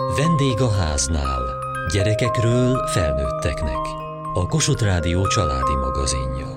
Vendég a háznál. Gyerekekről felnőtteknek. A Kossuth Rádió családi magazinja.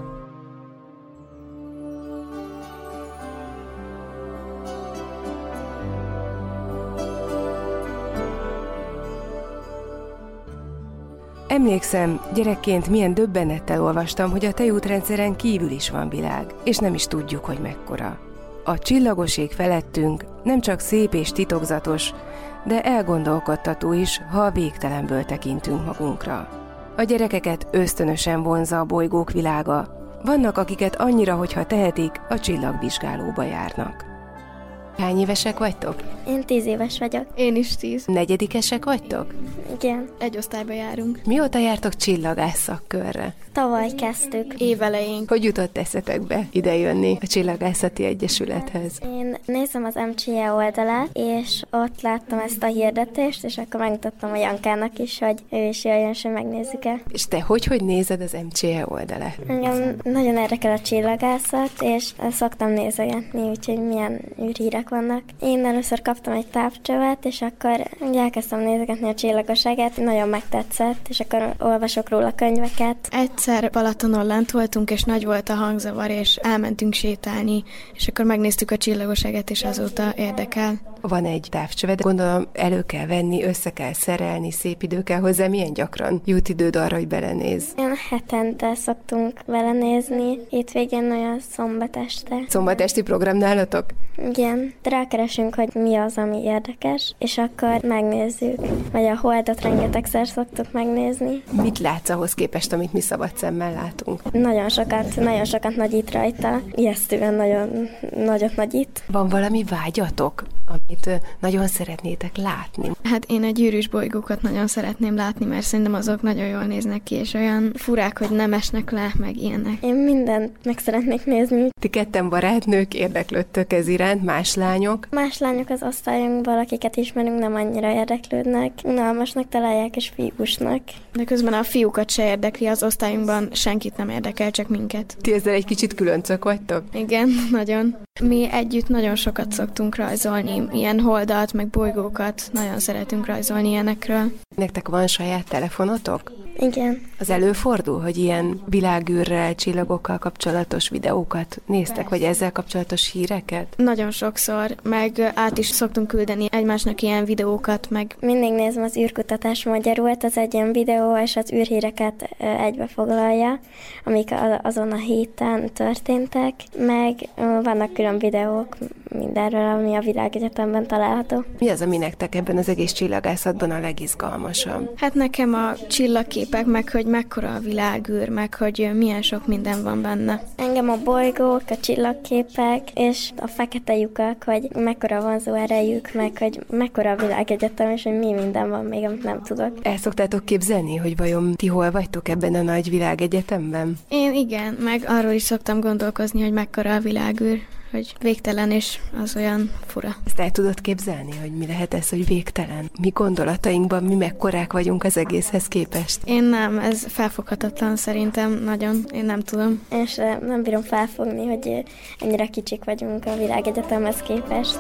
Emlékszem, gyerekként milyen döbbenettel olvastam, hogy a tejútrendszeren kívül is van világ, és nem is tudjuk, hogy mekkora. A csillagos ég felettünk nem csak szép és titokzatos, de elgondolkodtató is, ha a végtelenből tekintünk magunkra. A gyerekeket ösztönösen vonzza a bolygók világa. Vannak, akiket annyira, hogyha tehetik, a csillagvizsgálóba járnak. Hány évesek vagytok? Én 10 éves vagyok. Én is 10. Negyedikesek vagytok? Igen. Egy osztályba járunk. Mióta jártok csillagász szakkörre? Tavaly kezdtük. Évelején. Hogy jutott eszetekbe idejönni a Csillagászati Egyesülethez? Én nézem az MCE oldalát, és ott láttam ezt a hirdetést, és akkor megmutattam a Jankának is, hogy ő is jöjjön, és megnézzük el. És te hogy nézed az MCE oldalát? Engem nagyon érdekel a csillagászat, és szoktam nézegetni, úgyhogy milyen űrhírek vannak. Én először kaptam egy távcsövet, és akkor elkezdtem nézegetni a csillagoságát, nagyon megtetszett, és akkor olvasok róla könyveket. Egyszer Balatonon lent voltunk, és nagy volt a hangzavar, és elmentünk sétálni, és akkor megnéztük a csillagoságot, és azóta érdekel. Van egy távcsöved, gondolom elő kell venni, össze kell szerelni, szép idő kell hozzá. Milyen gyakran jut időd arra, hogy belenéz? Ilyen hetente szoktunk belenézni, hétvégén olyan szombat este. Szombatesti program nálatok? Igen, rákeresünk, hogy mi az, ami érdekes, és akkor megnézzük. Vagy a Holdot rengetegszer szoktuk megnézni. Mit látsz ahhoz képest, amit mi szabad szemmel látunk? Nagyon sokat nagyít rajta. Ijesztően nagyon nagyot nagyít. Van valami vágyatok, amit nagyon szeretnétek látni? Hát én a gyűrűs bolygókat nagyon szeretném látni, mert szerintem azok nagyon jól néznek ki, és olyan furák, hogy nem esnek le, meg ilyenek. Én mindent meg szeretnék nézni. Ti ketten barátnők, érdeklődtök ez iránt, más lányok? Más lányok az osztályunkból, akiket ismerünk, nem annyira érdeklődnek. Unalmasnak találják és fiúsnak. De közben a fiúkat se érdekli, az osztályunkban senkit nem érdekel, csak minket. Ti ezzel egy kicsit különcök vagytok? Igen, nagyon. Mi együtt nagyon sokat szoktunk rajzolni, ilyen holdat, meg bolygókat, nagyon szeretünk rajzolni ilyenekről. Nektek van saját telefonotok? Igen. Az előfordul, hogy ilyen világűrrel, csillagokkal kapcsolatos videókat néztek, vagy ezzel kapcsolatos híreket? Nagyon sokszor, meg át is szoktunk küldeni egymásnak ilyen videókat, meg... Mindig nézem az űrkutatás magyarul, az egy ilyen videó, és az űrhíreket egybe foglalja, amik azon a héten történtek, meg vannak külön videók mindenről, ami a világegyetemben található. Mi az, ami nektek ebben az egész csillagászatban a legizgalmasabb? Hát nekem a csillagképek, meg hogy mekkora a világűr, meg hogy milyen sok minden van benne. Engem a bolygók, a csillagképek, és a fekete lyukak, hogy mekkora vonzó erejük, meg hogy mekkora a világegyetem, és hogy mi minden van még, amit nem tudok. El szoktátok képzelni, hogy vajon ti hol vagytok ebben a nagy világegyetemben? Én igen, meg arról is szoktam gondolkozni, hogy mekkora a világűr, hogy végtelen, és az olyan fura. Ezt el tudod képzelni, hogy mi lehet ez, hogy végtelen? Mi gondolatainkban, mi mekkorák vagyunk az egészhez képest? Én nem, ez felfoghatatlan szerintem, nagyon, én nem tudom. És nem bírom felfogni, hogy ennyire kicsik vagyunk a világegyetemhez képest.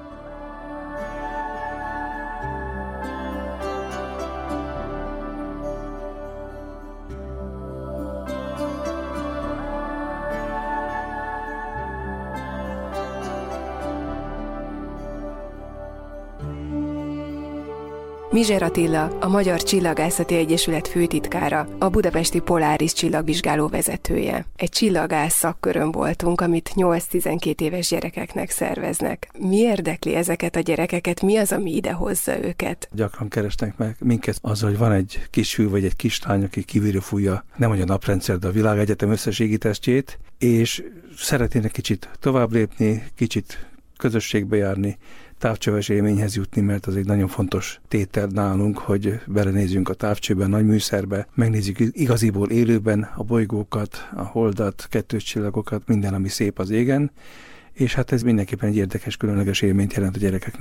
Mizsér Attila, a Magyar Csillagászati Egyesület főtitkára, a budapesti Polaris csillagvizsgáló vezetője. Egy csillagász szakkörön voltunk, amit 8-12 éves gyerekeknek szerveznek. Mi érdekli ezeket a gyerekeket? Mi az, ami ide hozza őket? Gyakran keresnek meg minket az, hogy van egy kis hű vagy egy kislány, aki kívülről fújja nem hogy a naprendszer, de a világegyetem összes égitestjét, és szeretnének kicsit tovább lépni, kicsit közösségbe járni, távcsöves élményhez jutni, mert az egy nagyon fontos tétel nálunk, hogy belenézzünk a távcsőben, nagy műszerbe, megnézzük igaziból élőben a bolygókat, a holdat, kettős csillagokat, minden, ami szép az égen, és hát ez mindenképpen egy érdekes, különleges élményt jelent a gyerekeknek.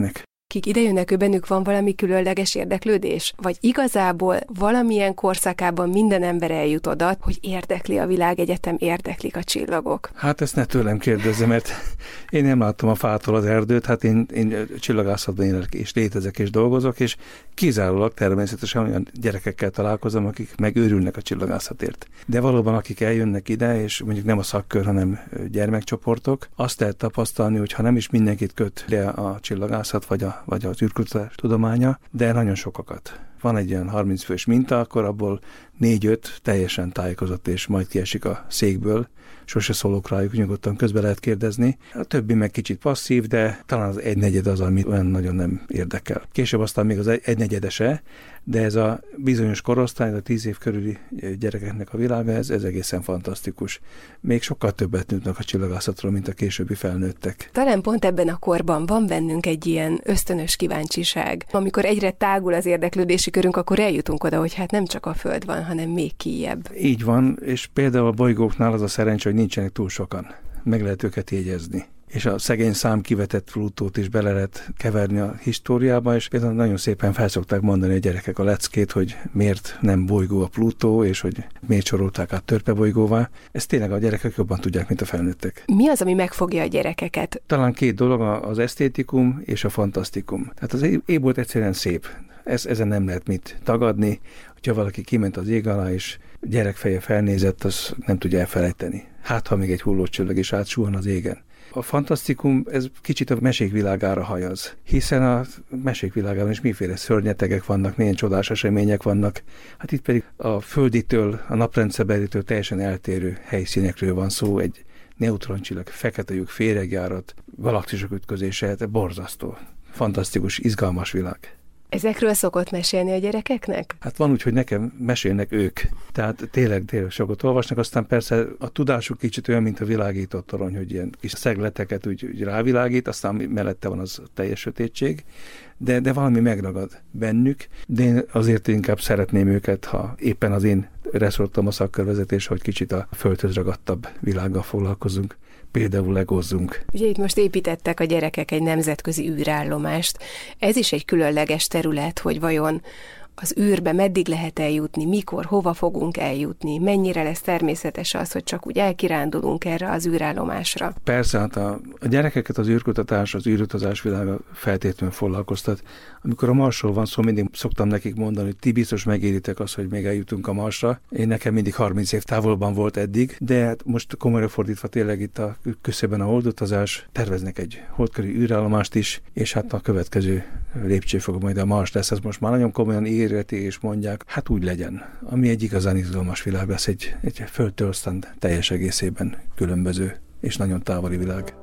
akik idejönnek, bennük van valami különleges érdeklődés? Vagy igazából valamilyen korszakában minden ember eljut oda, hogy érdekli a világegyetem, érdeklik a csillagok? Hát ezt ne tőlem kérdezze, mert én nem láttam a fától az erdőt, hát én csillagászatban élek és létezek és dolgozok, és kizárólag természetesen olyan gyerekekkel találkozom, akik megőrülnek a csillagászatért. De valóban akik eljönnek ide, és mondjuk nem a szakkör, hanem gyermekcsoportok, azt lehet tapasztalni, hogy ha nem is mindenkit köt le a csillagászat, vagy az űrkutatás tudománya, de nagyon sokakat. Van egy olyan 30 fős minta, akkor abból 4-5 teljesen tájékozott, és majd kiesik a székből. Sose szólok rájuk, nyugodtan közbe lehet kérdezni. A többi meg kicsit passzív, de talán az 1/4 az, ami olyan nagyon nem érdekel. Később aztán még az 1/4-e, de ez a bizonyos korosztály, a 10 év körüli gyerekeknek a világa, ez egészen fantasztikus. Még sokkal többet tudnak a csillagászatról, mint a későbbi felnőttek. Talán pont ebben a korban van bennünk egy ilyen ösztönös kíváncsiság. Amikor egyre tágul az érdeklődési körünk, akkor eljutunk oda, hogy hát nem csak a Föld van, hanem még kijjebb. Így van, és például a bolygóknál az a szerencsé, hogy nincsenek túl sokan. Meg lehet őket jegyezni. És a szegény számkivetett Plutót is bele lehet keverni a históriába, és például nagyon szépen felszokták mondani a gyerekek a leckét, hogy miért nem bolygó a Plutó, és hogy miért sorolták át törpebolygóvá. Ezt tényleg a gyerekek jobban tudják, mint a felnőttek. Mi az, ami megfogja a gyerekeket? Talán 2 dolog, az esztétikum és a fantasztikum. Tehát az égbolt egyszerűen szép. Ezen nem lehet mit tagadni. Hogyha valaki kiment az ég alá, és gyerekfeje felnézett, az nem tudja elfelejteni. Hát, ha még egy hullócsillag is átsuhan az égen. A fantasztikum, ez kicsit a mesék világára hajaz, hiszen a mesék világában is miféle szörnyetegek vannak, milyen csodás események vannak. Hát itt pedig a földitől, a naprendszerbelitől teljesen eltérő helyszínekről van szó, egy neutroncsillag, fekete lyuk, féregjárat, galaxisok ütközése, hát borzasztó, fantasztikus, izgalmas világ. Ezekről szokott mesélni a gyerekeknek? Hát van úgy, hogy nekem mesélnek ők. Tehát tényleg sokat olvasnak, aztán persze a tudásuk kicsit olyan, mint a világított torony, hogy ilyen kis szegleteket úgy rávilágít, aztán mellette van az teljes sötétség, de valami megragad bennük, de én azért inkább szeretném őket, ha éppen az én reszortom a szakkörvezetés, hogy kicsit a földhöz ragadtabb világgal foglalkozunk. Például legózzunk. Ugye itt most építettek a gyerekek egy nemzetközi űrállomást. Ez is egy különleges terület, hogy vajon az űrbe meddig lehet eljutni, mikor, hova fogunk eljutni, mennyire lesz természetes az, hogy csak úgy elkirándulunk erre az űrállomásra. Persze, hát a gyerekeket az űrkutatás, az űrutazás világa feltétlenül foglalkoztat. Amikor a Marsról van szó, mindig szoktam nekik mondani, hogy ti biztos megéritek azt, hogy még eljutunk a Marsra. Én nekem mindig 30 év távolban volt eddig, de hát most komolyra fordítva tényleg itt a küszöbben a holdutazás, terveznek egy holdkörüli űrállomást is, és hát a következő lépcsőfok majd a Mars lesz, ez most már nagyon komolyan éreti és mondják, hát úgy legyen. Ami egy igazán izgalmas világ lesz, egy földtől aztán teljes egészében különböző és nagyon távoli világ.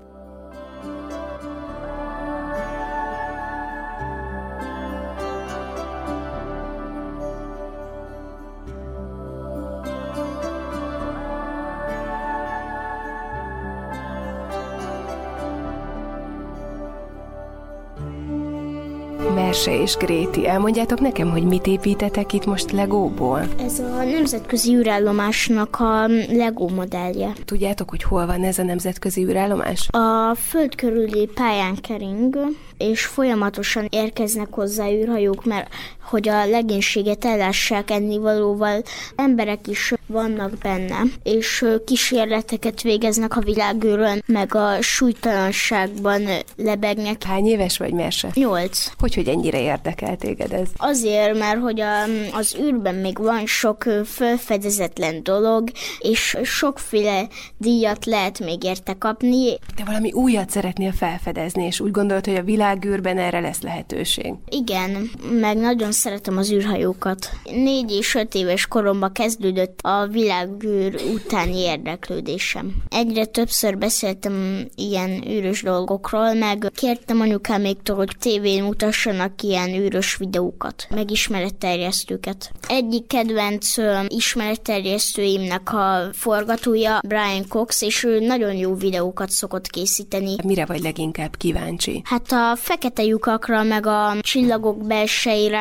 Merse és Gréti, elmondjátok nekem, hogy mit építetek itt most Legóból? Ez a nemzetközi űrállomásnak a Lego modellje. Tudjátok, hogy hol van ez a nemzetközi űrállomás? A föld körüli pályán kering, és folyamatosan érkeznek hozzá űrhajók, mert hogy a legénységet ellássák ennivalóval, emberek is vannak benne, és kísérleteket végeznek a világűrön, meg a súlytalanságban lebegnek. Hány éves vagy, Merse? 8. Hogy ennyire érdekel téged ez? Azért, mert hogy az űrben még van sok felfedezetlen dolog, és sokféle díjat lehet még érte kapni. Te valami újat szeretnél felfedezni, és úgy gondolod, hogy a világűrben erre lesz lehetőség? Igen, meg nagyon szeretem az űrhajókat. 4 és 5 éves koromban kezdődött a világűr utáni érdeklődésem. Egyre többször beszéltem ilyen űrös dolgokról, meg kértem anyukáméktól, hogy tévén mutassanak ilyen űrös videókat, meg ismeretterjesztőket. Egyik kedvenc ismeretterjesztőimnek a forgatója Brian Cox, és ő nagyon jó videókat szokott készíteni. Mire vagy leginkább kíváncsi? Hát a fekete lyukakra, meg a csillagok belsejére,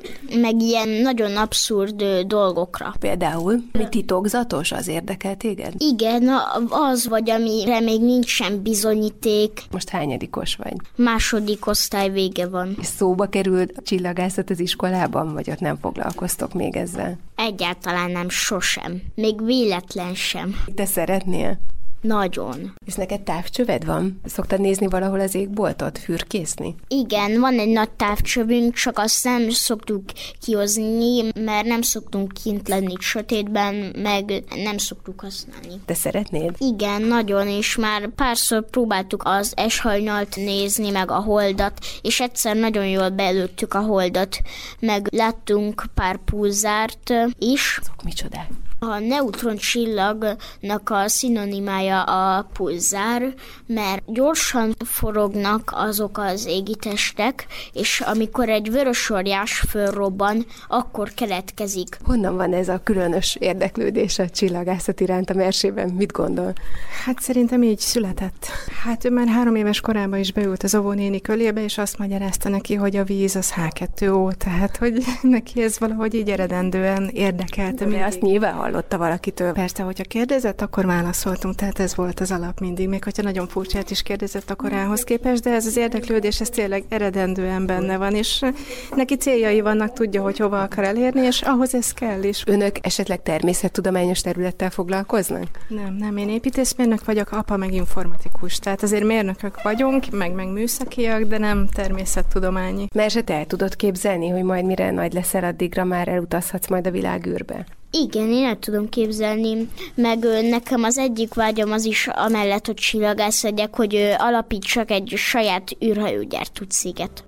meg ilyen nagyon abszurd dolgokra. Például, mi titokzatos, az érdekel téged? Igen, az vagy, amire még nincsen bizonyíték. Most hányadikos vagy? Második osztály vége van. És szóba került a csillagászat az iskolában, vagy ott nem foglalkoztok még ezzel? Egyáltalán nem, sosem. Még véletlen sem. Te szeretnél? Nagyon. És neked távcsöved van? Szoktad nézni valahol az égboltot, fürkészni? Igen, van egy nagy távcsövünk, csak azt nem szoktuk kihozni, mert nem szoktunk kint lenni sötétben, meg nem szoktuk használni. Te szeretnéd? Igen, nagyon, és már párszor próbáltuk az S-hajnalt nézni, meg a holdat, és egyszer nagyon jól belőttük a holdat, meg láttunk pár pulzárt is. Azok micsodák? A neutroncsillagnak a szinonimája a pulzár, mert gyorsan forognak azok az égitestek, és amikor egy vörösorjás fölrobban, akkor keletkezik. Honnan van ez a különös érdeklődés a csillagászat iránt a Mersében? Mit gondol? Hát szerintem így született. Hát ő már 3 éves korában is beült az óvónéni kölébe, és azt magyarázta neki, hogy a víz az H2O, tehát hogy neki ez valahogy így eredendően érdekelte. De azt nyilván hallotta valakitől. Persze, hogyha kérdezett, akkor válaszoltunk, tehát ez volt az alap mindig. Még hogyha nagyon furcsát is kérdezett a korához képest, de ez az érdeklődés, ez tényleg eredendően benne van, és neki céljai vannak, tudja, hogy hova akar elérni, és ahhoz ez kell is. Önök esetleg természettudományos területtel foglalkoznak? Nem, én építészmérnök vagyok, apa meg informatikus, tehát azért mérnökök vagyunk, meg műszakiak, de nem természettudományi. Mert te el tudod képzelni, hogy majd mire nagy leszel, addigra már elutazhatsz majd a világűrbe? Igen, én el tudom képzelni, meg nekem az egyik vágyam az is amellett, hogy csillagász legyek, hogy alapítsak egy saját űrhajógyártó céget.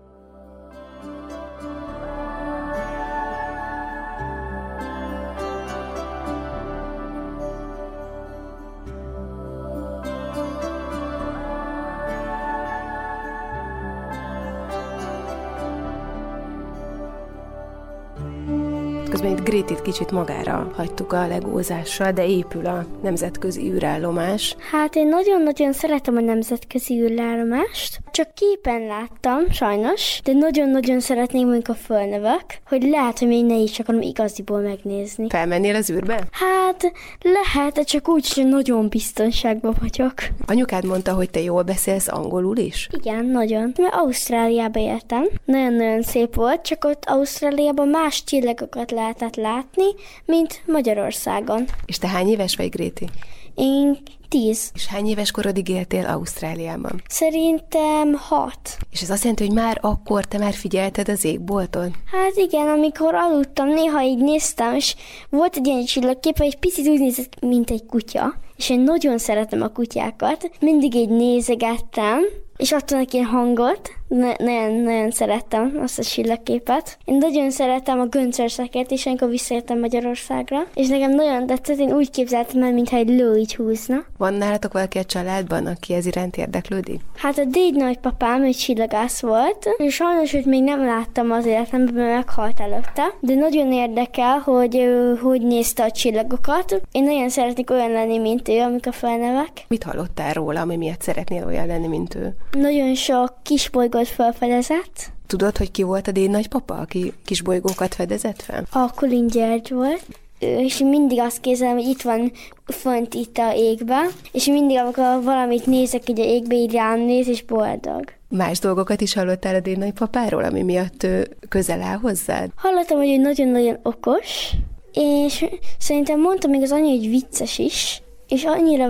Közben itt Grétit kicsit magára hagytuk a legózással, de épül a nemzetközi űrállomás. Hát én nagyon-nagyon szeretem a nemzetközi űrállomást. Csak képen láttam, sajnos, de nagyon-nagyon szeretném, amikor fölnövök, hogy lehet, hogy még ne is akarom igaziból megnézni. Felmennél az űrbe? Hát lehet, de csak úgy, hogy nagyon biztonságban vagyok. Anyukád mondta, hogy te jól beszélsz angolul is? Igen, nagyon. Mert Ausztráliába éltem. Nagyon-nagyon szép volt, csak ott Ausztráliában más csillagokat lehetett látni, mint Magyarországon. És te hány éves vagy, Gréti? Én 10. És hány éves korodig éltél Ausztráliában? Szerintem 6. És ez azt jelenti, hogy már akkor te már figyelted az égbolton? Hát igen, amikor aludtam, néha így néztem, és volt egy ilyen csillagkép, hogy egy picit úgy nézett, mint egy kutya. És én nagyon szeretem a kutyákat. Mindig így nézegettem, és adtam neki hangot. Nagyon szerettem azt a csillagképet. Én nagyon szeretem a göncörszeket is, amikor visszajöttem Magyarországra. És nekem nagyon tetszett, én úgy képzeltem el, mintha egy ló így húzna. Van nálatok valaki a családban, aki ez iránt érdeklődik? Hát a déd nagypapám egy csillagász volt, és sajnos, hogy még nem láttam az életemben, mert meghalt előtte. De nagyon érdekel, hogy nézte a csillagokat. Én nagyon szeretnék olyan lenni, mint ő, amikor felnövek. Mit hallottál róla, ami miatt szeretnél olyan lenni, mint ő? Nagyon sok kisbolygót felfedezett. Tudod, hogy ki volt a déd nagypapa, aki kisbolygókat fedezett fel? A Kulin György volt. És mindig azt képzelem, hogy itt van fönt itt a égben, és mindig, amikor valamit nézek így a égbe, így rám néz, és boldog. Más dolgokat is hallottál a déd nagypapáról, ami miatt ő közel áll hozzád? Hallottam, hogy ő nagyon-nagyon okos, és szerintem mondta még az anya, hogy vicces is, és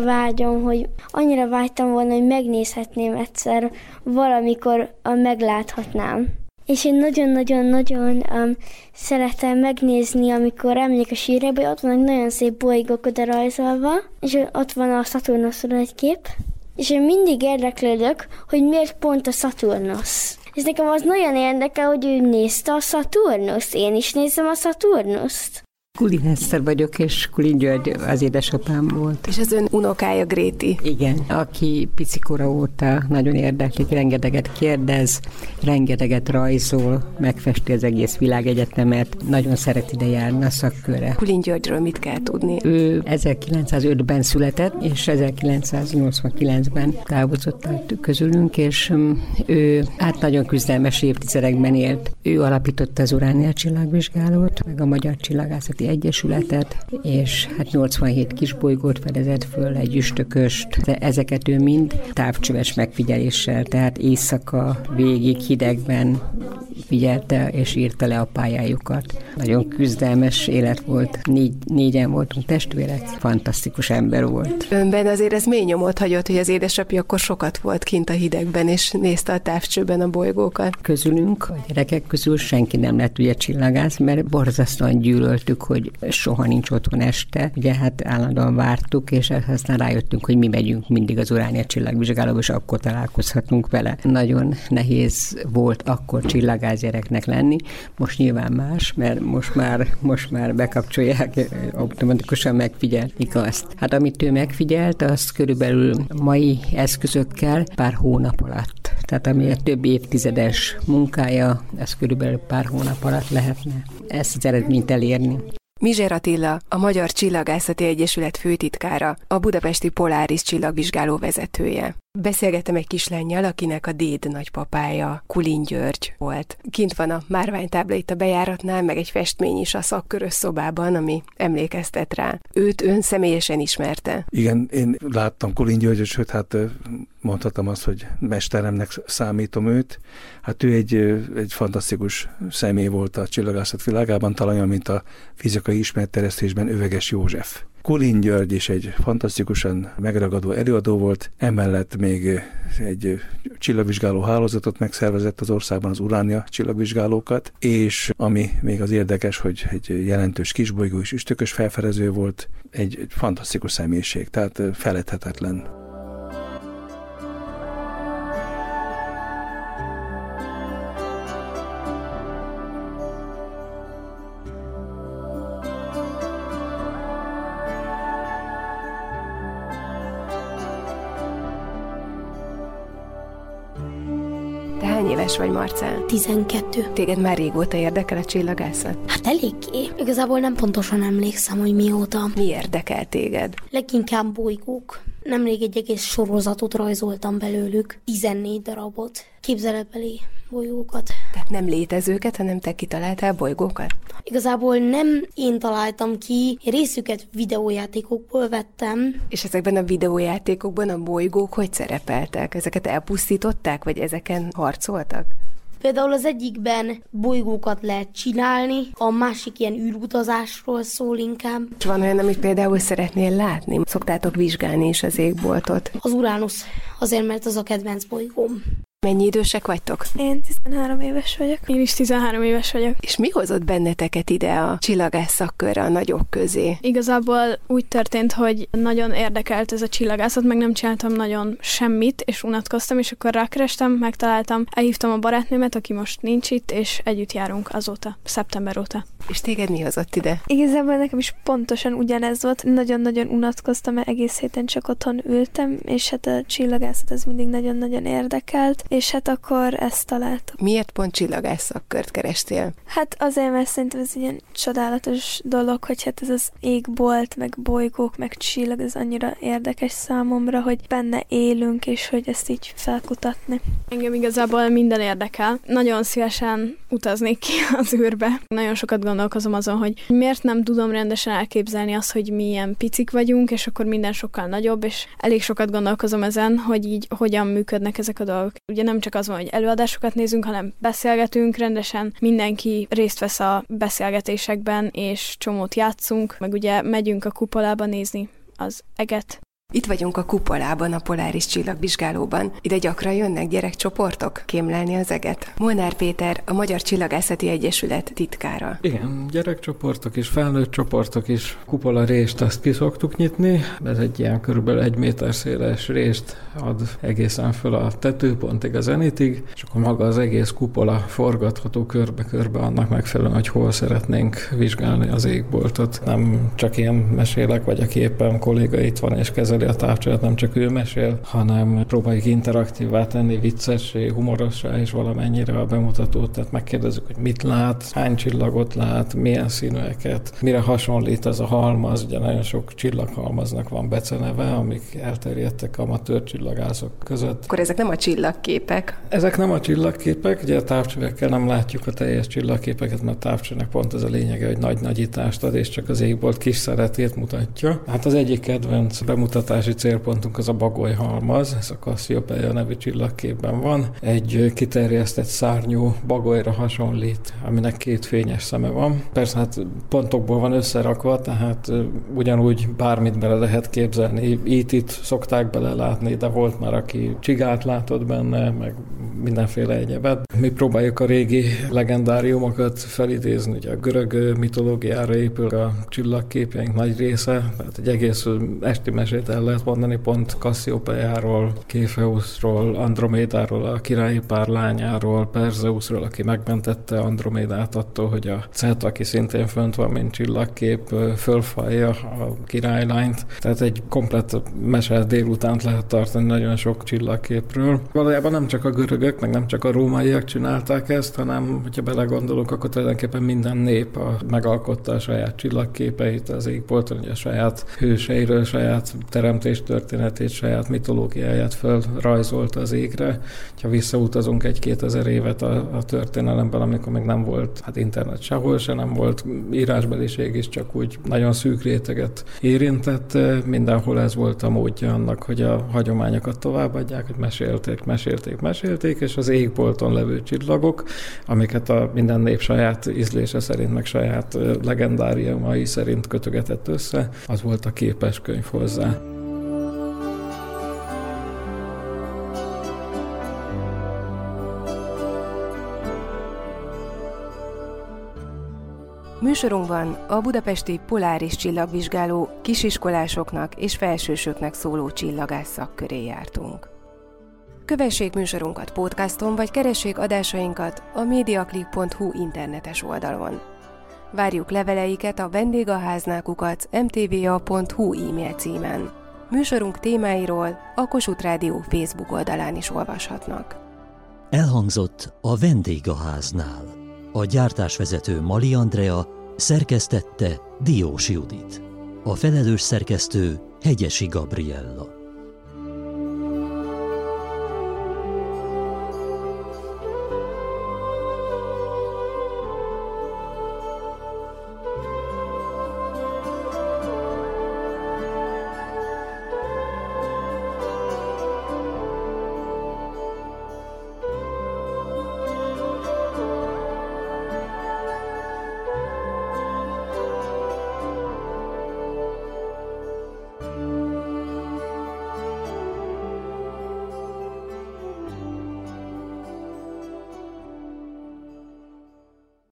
annyira vágytam volna, hogy megnézhetném egyszer, valamikor megláthatnám. És én nagyon-nagyon-nagyon szeretem megnézni, amikor emlék a sírjába, hogy ott vannak nagyon szép bolygók oda rajzolva, és ott van a Szaturnuszról egy kép, és én mindig érdeklődök, hogy miért pont a Szaturnusz. És nekem az nagyon érdekel, hogy ő nézte a Szaturnuszt, én is nézem a Szaturnuszt. Kulin Eszter vagyok, és Kulin György az édesapám volt. És az ön unokája Gréti. Igen, aki picikora óta nagyon érdeklik, rengeteget kérdez, rengeteget rajzol, megfesti az egész világegyetemet, nagyon szeret ide járni a szakkörre. Kulin Györgyről mit kell tudni? Ő 1905-ben született, és 1989-ben távozott közülünk, és ő nagyon küzdelmes évtizedekben élt. Ő alapította az Uránia csillagvizsgálót, meg a Magyar Csillagászati Egyesületet, és 87 kisbolygót fedezett föl, egy üstököst, de ezeket ő mind távcsöves megfigyeléssel, tehát éjszaka végig hidegben figyelte és írta le a pályájukat. Nagyon küzdelmes élet volt, négyen voltunk testvérek, fantasztikus ember volt. Önben azért ez mély nyomot hagyott, hogy az édesapja akkor sokat volt kint a hidegben, és nézte a távcsőben a bolygókat. Közülünk, a gyerekek közül senki nem lett ugye csillagász, mert borzasztóan gyűlöltük, hogy soha nincs otthon este. Ugye állandóan vártuk, és aztán rájöttünk, hogy mi megyünk mindig az Uránia csillagvizsgálóba, és akkor találkozhatunk vele. Nagyon nehéz volt akkor csillagász gyereknek lenni. Most nyilván más, mert most már bekapcsolják, automatikusan megfigyelik azt. Amit ő megfigyelt, azt körülbelül mai eszközökkel pár hónap alatt. Tehát ami a több évtizedes munkája, ez körülbelül pár hónap alatt lehetne ezt az eredményt elérni. Mizsér Attila, a Magyar Csillagászati Egyesület főtitkára, a budapesti Polaris csillagvizsgáló vezetője. Beszélgettem egy kislánnyal, akinek a déd nagypapája Kulin György volt. Kint van a márványtábla itt a bejáratnál, meg egy festmény is a szakkörös szobában, ami emlékeztet rá. Őt ön személyesen ismerte? Igen, én láttam Kulin Györgyöt, sőt, mondhatom azt, hogy mesteremnek számítom őt. Ő egy fantasztikus személy volt a csillagászat világában, talán olyan, mint a fizikai ismeretterjesztésben Öveges József. Kulin György is egy fantasztikusan megragadó előadó volt, emellett még egy csillagvizsgáló hálózatot megszervezett az országban, az Uránia csillagvizsgálókat, és ami még az érdekes, hogy egy jelentős kisbolygó és üstökös felfedező volt, egy fantasztikus személyiség, tehát feledhetetlen. Hány éves vagy, Marcell? 12. Téged már régóta érdekel a csillagászat? Eléggé. Igazából nem pontosan emlékszem, hogy mióta. Mi érdekel téged? Leginkább bolygók. Nemrég egy egész sorozatot rajzoltam belőlük, 14 darabot, képzeletbeli bolygókat. Tehát nem létezőket, hanem te kitaláltál bolygókat? Igazából nem én találtam ki, részüket videójátékokból vettem. És ezekben a videójátékokban a bolygók hogy szerepeltek? Ezeket elpusztították, vagy ezeken harcoltak? Például az egyikben bolygókat lehet csinálni, a másik ilyen űrutazásról szól inkább. És van olyan, amit például szeretnél látni? Szoktátok vizsgálni is az égboltot? Az Uránusz, azért mert az a kedvenc bolygóm. Mennyi idősek vagytok? Én 13 éves vagyok. Én is 13 éves vagyok. És mi hozott benneteket ide a csillagász szakkörre, a nagyok közé? Igazából úgy történt, hogy nagyon érdekelt ez a csillagászat, meg nem csináltam nagyon semmit, és unatkoztam, és akkor rákerestem, megtaláltam, elhívtam a barátnőmet, aki most nincs itt, és együtt járunk azóta, szeptember óta. És téged mi hozott ide? Igazából nekem is pontosan ugyanez volt. Nagyon-nagyon unatkoztam, mert egész héten csak otthon ültem, és a csillagászat ez mindig nagyon-nagyon érdekelt, és akkor ezt találtam. Miért pont csillagász szakkört kerestél? Azért, mert szerintem ez ilyen csodálatos dolog, hogy ez az égbolt, meg bolygók, meg csillag, ez annyira érdekes számomra, hogy benne élünk, és hogy ezt így felkutatni. Engem igazából minden érdekel. Nagyon szívesen utaznék ki az űrbe. Nagyon sokat gondolkozom azon, hogy miért nem tudom rendesen elképzelni azt, hogy mi ilyen picik vagyunk, és akkor minden sokkal nagyobb, és elég sokat gondolkozom ezen, hogy így hogyan működnek ezek a dolgok. Ugye nem csak az van, hogy előadásokat nézünk, hanem beszélgetünk rendesen, mindenki részt vesz a beszélgetésekben, és csomót játszunk, meg ugye megyünk a kupolába nézni az eget. Itt vagyunk a kupolában, a Poláris Csillagvizsgálóban. Ide gyakran jönnek gyerekcsoportok kémlelni az eget. Molnár Péter, a Magyar Csillagászati Egyesület titkára. Igen, gyerekcsoportok és felnőtt csoportok is. Kupola rést azt ki szoktuk nyitni. Ez egy ilyen körülbelül 1 méter széles rést ad egészen föl a tetőpontig, a zenitig, és akkor maga az egész kupola forgatható körbe-körbe annak megfelelően, hogy hol szeretnénk vizsgálni az égboltot. Nem csak én mesélek, vagy aki éppen kolléga itt van és kezeli a távcsövet, nem csak ő mesél, hanem próbáljuk interaktívvá tenni, viccessé, humorossá és valamennyire a bemutatót, tehát megkérdezzük, hogy mit lát, hány csillagot lát, milyen színűeket, mire hasonlít ez a halmaz, ugye nagyon sok csillaghalmaznak van beceneve, amik elterjedtek amatőr csillagászok között. Akkor ezek nem a csillagképek? Ezek nem a csillagképek, ugye a távcsövekkel nem látjuk a teljes csillagképeket, mert a távcsőnek pont ez a lényege, hogy nagy nagyítást ad, és csak az égbolt kis szeretét mutatja. Hát az egyik kedvenc bemutatási célpontunk az a Bagoly halmaz, ez a Cassiopeia nevű csillagképben van. Egy kiterjesztett szárnyú bagolyra hasonlít, aminek 2 fényes szeme van. Persze hát pontokból van összerakva, tehát ugyanúgy bármit bele lehet képzelni. Itt szokták belelátni, de volt már, aki csigát látott benne, meg mindenféle egyebet. Mi próbáljuk a régi legendáriumokat felidézni, ugye a görög mitológiára épül a csillagképjeink nagy része, tehát egy egész esti mesét el lehet mondani, pont Cassiopeiáról, Kéfeuszról, Andromédáról, a királyi pár lányáról, Perzeusról, aki megmentette Andromédát attól, hogy a Cet, aki szintén fönt van, mint csillagkép, fölfalja a királylányt. Tehát egy komplett mese délutánt lehet tartani nagyon sok csillagképről. Valójában nem csak a görögök, meg nem csak a rómaiak csinálták ezt, hanem, hogyha belegondolunk, akkor tulajdonképpen minden nép megalkotta a saját csillagképeit az égbolton, ugye a saját hőseiről, saját teremtés történetét, saját mitológiáját felrajzolta az égre. Ha visszautazunk 1-2 évet a történelemben, amikor még nem volt internet sehol se, nem volt írásbeliség is, csak úgy nagyon szűk réteget érintett. Mindenhol ez volt a módja annak, hogy a hagyományokat továbbadják, hogy mesélték, és az égbolton levő csillagok, amiket a minden nép saját ízlése szerint, meg saját legendáriumai szerint kötögetett össze, az volt a képes könyv hozzá. Műsorunkban a budapesti Poláris Csillagvizsgáló kisiskolásoknak és felsősöknek szóló csillagász szakköré jártunk. Kövessék műsorunkat podcaston, vagy keressék adásainkat a mediaclick.hu internetes oldalon. Várjuk leveleiket a vendégháznál@mtva.hu e-mail címen. Műsorunk témáiról a Kossuth Rádió Facebook oldalán is olvashatnak. Elhangzott a Vendégháznál. A gyártásvezető Mali Andrea, szerkesztette Diós Judit. A felelős szerkesztő Hegyesi Gabriella.